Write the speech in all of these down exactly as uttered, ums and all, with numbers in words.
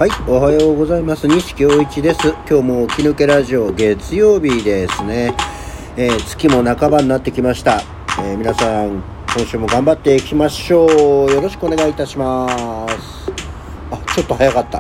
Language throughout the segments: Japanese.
はい、おはようございます。西京一です。今日も起き抜けラジオ月曜日ですね。えー、月も半ばになってきました。えー、皆さん今週も頑張っていきましょう。よろしくお願いいたします。あ、ちょっと早かった。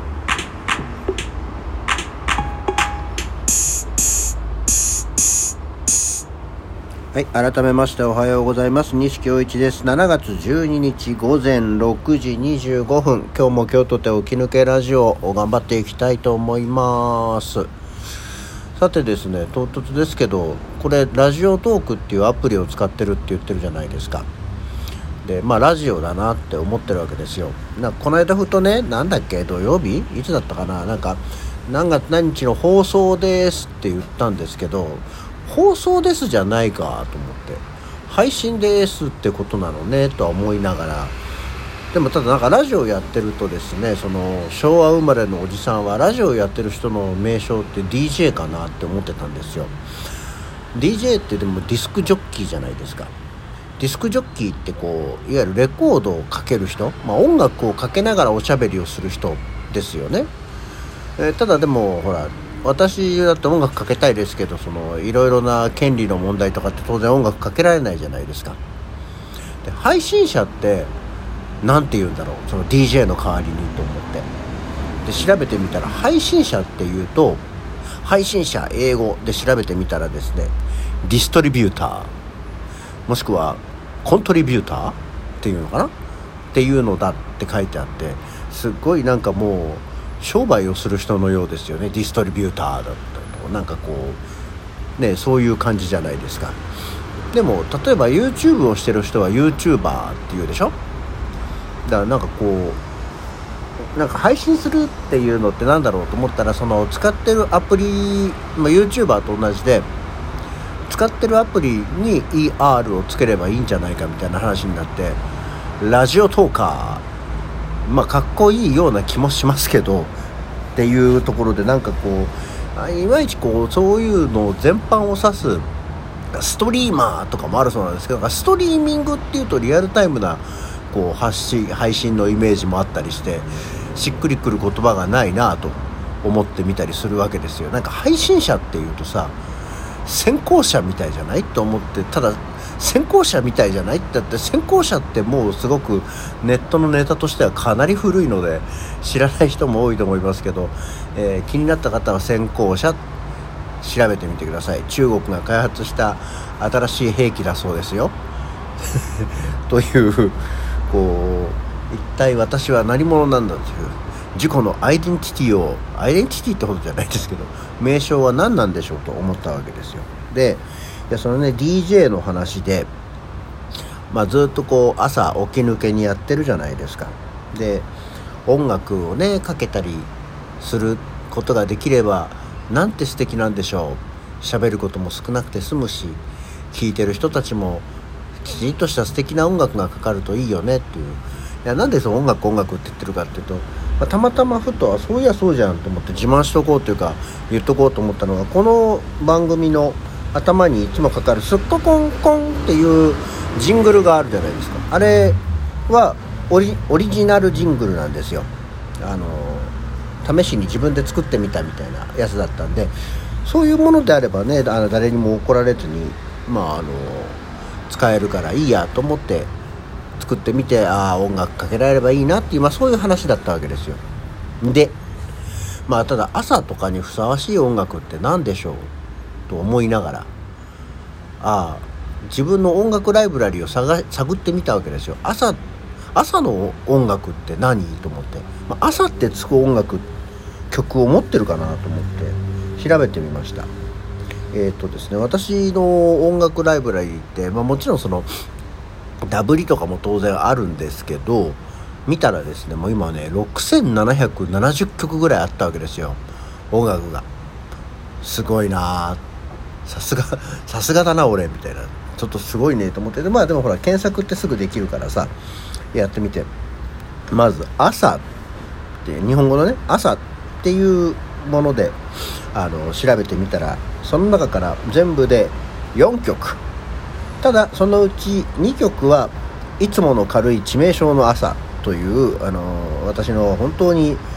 はい、改めましておはようございます。西京一です。しちがつじゅうににち午前ろくじにじゅうごふん、今日も今日とて起き抜けラジオを頑張っていきたいと思います。さてですね、唐突ですけど、これラジオトークっていうアプリを使ってるって言ってるじゃないですか。で、まあラジオだなって思ってるわけですよ。なんかこの間ふとね、なんだっけ、土曜日いつだったかな、なんか何月何日の放送ですって言ったんですけど、放送ですじゃないかと思って、配信ですってことなのねとは思いながら、でもただなんかラジオやってるとですね、その昭和生まれのおじさんはラジオやってる人の名称って ディージェー かなって思ってたんですよ。 ディージェー ってでもディスクジョッキーじゃないですか。ディスクジョッキーってこういわゆるレコードをかける人、まあ、音楽をかけながらおしゃべりをする人ですよね。えー、ただでもほら、私だって音楽かけたいですけど、そのいろいろな権利の問題とかって当然音楽かけられないじゃないですか。で、配信者ってなんて言うんだろう、その ディージェー の代わりにと思ってで調べてみたら、配信者っていうと、配信者英語で調べてみたらですね、ディストリビューターもしくはコントリビューターっていうのかなっていうのだって書いてあって、すっごいなんかもう商売をする人のようですよね。ディストリビューターだったり、なんかこうね、そういう感じじゃないですか。でも例えば YouTube をしてる人は YouTuber っていうでしょ。だからなんかこうなんか配信するっていうのってなんだろうと思ったら、その使ってるアプリ、まあ、YouTuber と同じで使ってるアプリに イーアール をつければいいんじゃないかみたいな話になって、ラジオトーカー、まあかっこいいような気もしますけどっていうところで、なんかこういまいちこうそういうの全般を指すストリーマーとかもあるそうなんですけど、ストリーミングっていうとリアルタイムなこう発信配信のイメージもあったりして、しっくりくる言葉がないなと思ってみたりするわけですよ。なんか配信者っていうとさ、先行者みたいじゃないと思って、ただ先行者みたいじゃないってだって、先行者ってもうすごくネットのネタとしてはかなり古いので知らない人も多いと思いますけど、えー、気になった方は先行者調べてみてください。中国が開発した新しい兵器だそうですよというこう一体私は何者なんだという自己のアイデンティティをアイデンティティってことじゃないですけど、名称は何なんでしょうと思ったわけですよ。で、いやそのね ディージェー の話で、まあ、ずっとこう朝起き抜けにやってるじゃないですか。で、音楽をねかけたりすることができればなんて素敵なんでしょう。喋ることも少なくて済むし、聴いてる人たちもきちんとした素敵な音楽がかかるといいよねっていう。いや、なんでその音楽音楽って言ってるかっていうと、まあ、たまたまふとそういやそうじゃんと思って自慢しとこうというか言っとこうと思ったのが、この番組の頭にいつもかかるスッココンコンっていうジングルがあるじゃないですか。あれはオリ、オリジナルジングルなんですよ。あの試しに自分で作ってみたみたいなやつだったんで、そういうものであればね、あの誰にも怒られずに、まああの使えるからいいやと思って作ってみて、ああ音楽かけられればいいなっていう、まあ、そういう話だったわけですよ。で、まあただ朝とかにふさわしい音楽って何でしょうと思いながら、ああ自分の音楽ライブラリを探探ってみたわけですよ。朝朝の音楽って何と思って、まあ、朝ってつく音楽曲を持ってるかなと思って調べてみました。えーとですね、私の音楽ライブラリーって、まあ、もちろんそのダブリとかも当然あるんですけど、見たらですね、もう今ねろくせんななひゃくななじゅっきょくぐらいあったわけですよ、音楽が。すごいな、さすがさすがだな俺みたいな、ちょっとすごいねと思って。で、まあでもほら検索ってすぐできるからさ、やってみて、まず朝って日本語のね朝っていうものであの調べてみたら、その中から全部でよんきょく、ただそのうちにきょくはいつもの軽い致命傷の朝という、あの私の本当に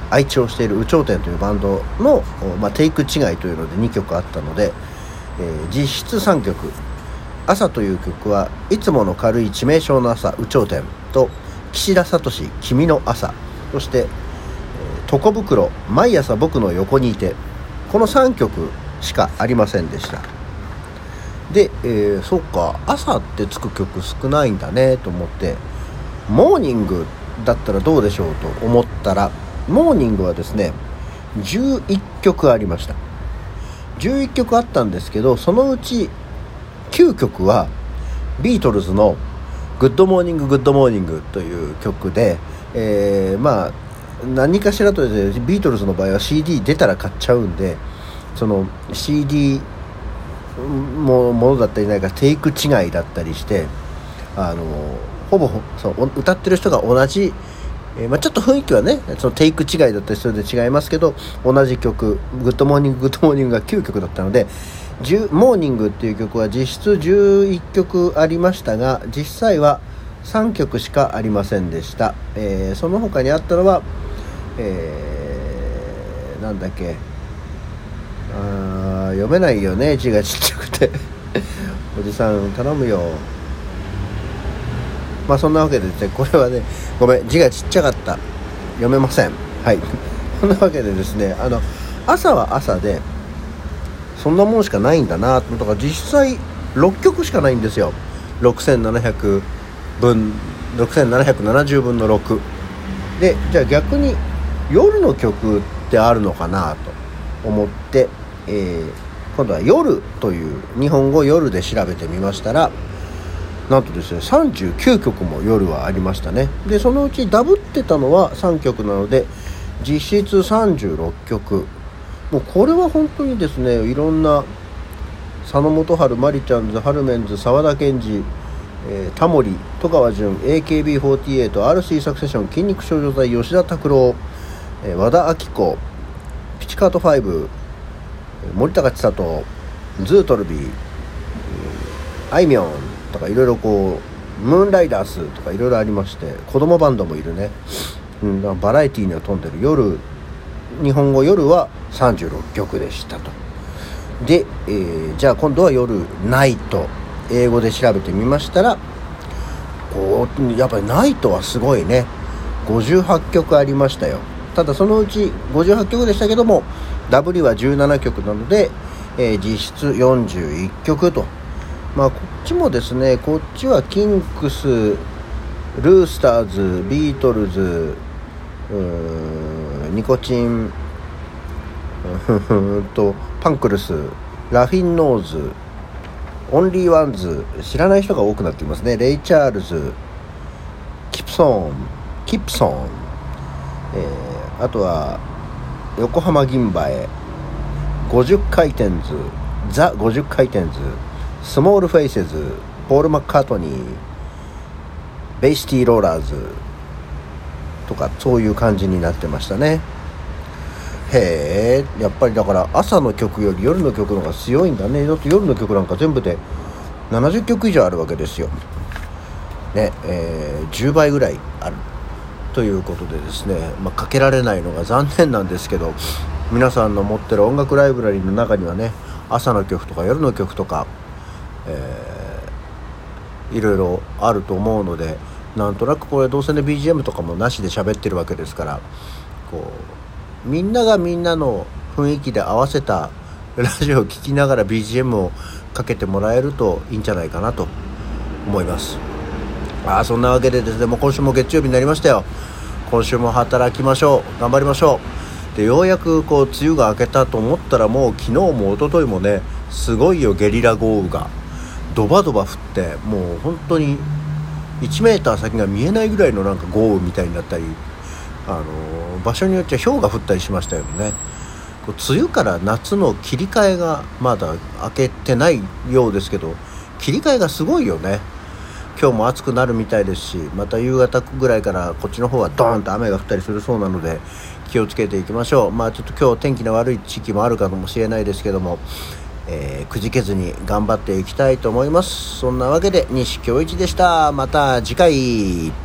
愛知をしている有頂天というバンドの、まあ、テイク違いというのでにきょくあったので、えー、実質さんきょく。朝という曲はいつもの軽い致命傷の朝有頂天と岸田聡君の朝、そして、えー、床袋毎朝僕の横にいて、このさんきょくしかありませんでした。で、えー、そっか朝ってつく曲少ないんだねと思って、モーニングだったらどうでしょうと思ったら、モーニングはですねじゅういっきょくありました。じゅういっきょくあったんですけど、そのうちきゅうきょくはビートルズのグッドモーニンググッドモーニングという曲で、えー、まあ何かしらとですね、ビートルズの場合は シーディー 出たら買っちゃうんで、その シーディー ものだったりなんかテイク違いだったりして、あのほぼそう歌ってる人が同じ、えーまあ、ちょっと雰囲気はねそのテイク違いだったりするので違いますけど、同じ曲グッドモーニンググッドモーニングがきゅうきょくだったので、モーニングっていう曲は実質じゅういっきょくありましたが、実際はさんきょくしかありませんでした。えー、その他にあったのは、えー、なんだっけあ読めないよね、字がちっちゃくておじさん頼むよ。まあそんなわけでですね、これはねごめん字がちっちゃかった読めません。はいそんなわけでですね、あの朝は朝でそんなもんしかないんだなと思ったから、実際ろっきょくしかないんですよ。ろくせんななひゃくぶんろくせんななひゃくななじゅうぶんのろくで、じゃあ逆に夜の曲ってあるのかなと思って、えー、今度は夜という日本語夜で調べてみましたら、なんとですねさんじゅうきゅうきょくも夜はありましたね。でそのうちダブってたのはさんきょくなので実質さんじゅうろっきょく。もうこれは本当にですね、いろんな佐野元春、マリちゃんズ、ハルメンズ、沢田研二、えー、タモリ、戸川純、エーケービーフォーティーエイト、アールシー サクセション、筋肉少女隊、吉田拓郎、えー、和田アキ子、ピチカートファイブ、森高千里、ズートルビー、えー、あいみょんとかいろいろこうムーンライダースとかいろいろありまして、子供バンドもいるね、うん、バラエティーには富んでる夜、日本語夜はさんじゅうろっきょくでしたと。で、えー、じゃあ今度は夜ナイト、英語で調べてみましたら、こうやっぱりナイトはすごいね、ごじゅうはっきょくありましたよ。ただそのうちごじゅうはっきょくでしたけども ダブリュー はじゅうななきょくなので、えー、実質よんじゅういっきょくと。まあこっちもですね、こっちはキンクス、ルースターズ、ビートルズ、うーんニコチンとパンクルス、ラフィンノーズ、オンリーワンズ、知らない人が多くなっていますね。レイ・チャールズ、キプソンキプソン、えー、あとは横浜銀蝿、ごじゅっかいてんず、ザごじゅっかいてんず、スモールフェイセズ、ポール・マッカートニー、ベイシティ・ローラーズとか、そういう感じになってましたね。へえ、やっぱりだから朝の曲より夜の曲の方が強いんだね。だって夜の曲なんか全部でななじゅっきょく以上あるわけですよね、えー、じゅうばいぐらいあるということでですね、まあ、かけられないのが残念なんですけど、皆さんの持ってる音楽ライブラリーの中にはね、朝の曲とか夜の曲とか、えー、いろいろあると思うので、なんとなくこれどうせね ビージーエム とかもなしで喋ってるわけですから、こうみんながみんなの雰囲気で合わせたラジオを聴きながら ビージーエム をかけてもらえるといいんじゃないかなと思います。あそんなわけでですね、もう今週も月曜日になりましたよ。今週も働きましょう、頑張りましょう。でようやくこう梅雨が明けたと思ったら、もう昨日も一昨日もね、すごいよ、ゲリラ豪雨がドバドバ降って、もう本当にいちメーター先が見えないぐらいのなんか豪雨みたいになったり、あの場所によっては氷が降ったりしましたよね。こう梅雨から夏の切り替えがまだ明けてないようですけど、切り替えがすごいよね。今日も暑くなるみたいですし、また夕方ぐらいからこっちの方はドーンと雨が降ったりするそうなので、気をつけていきましょう。まあちょっと今日天気の悪い地域もあるかもしれないですけども、えー、くじけずに頑張っていきたいと思います。そんなわけで西京一でした。また次回。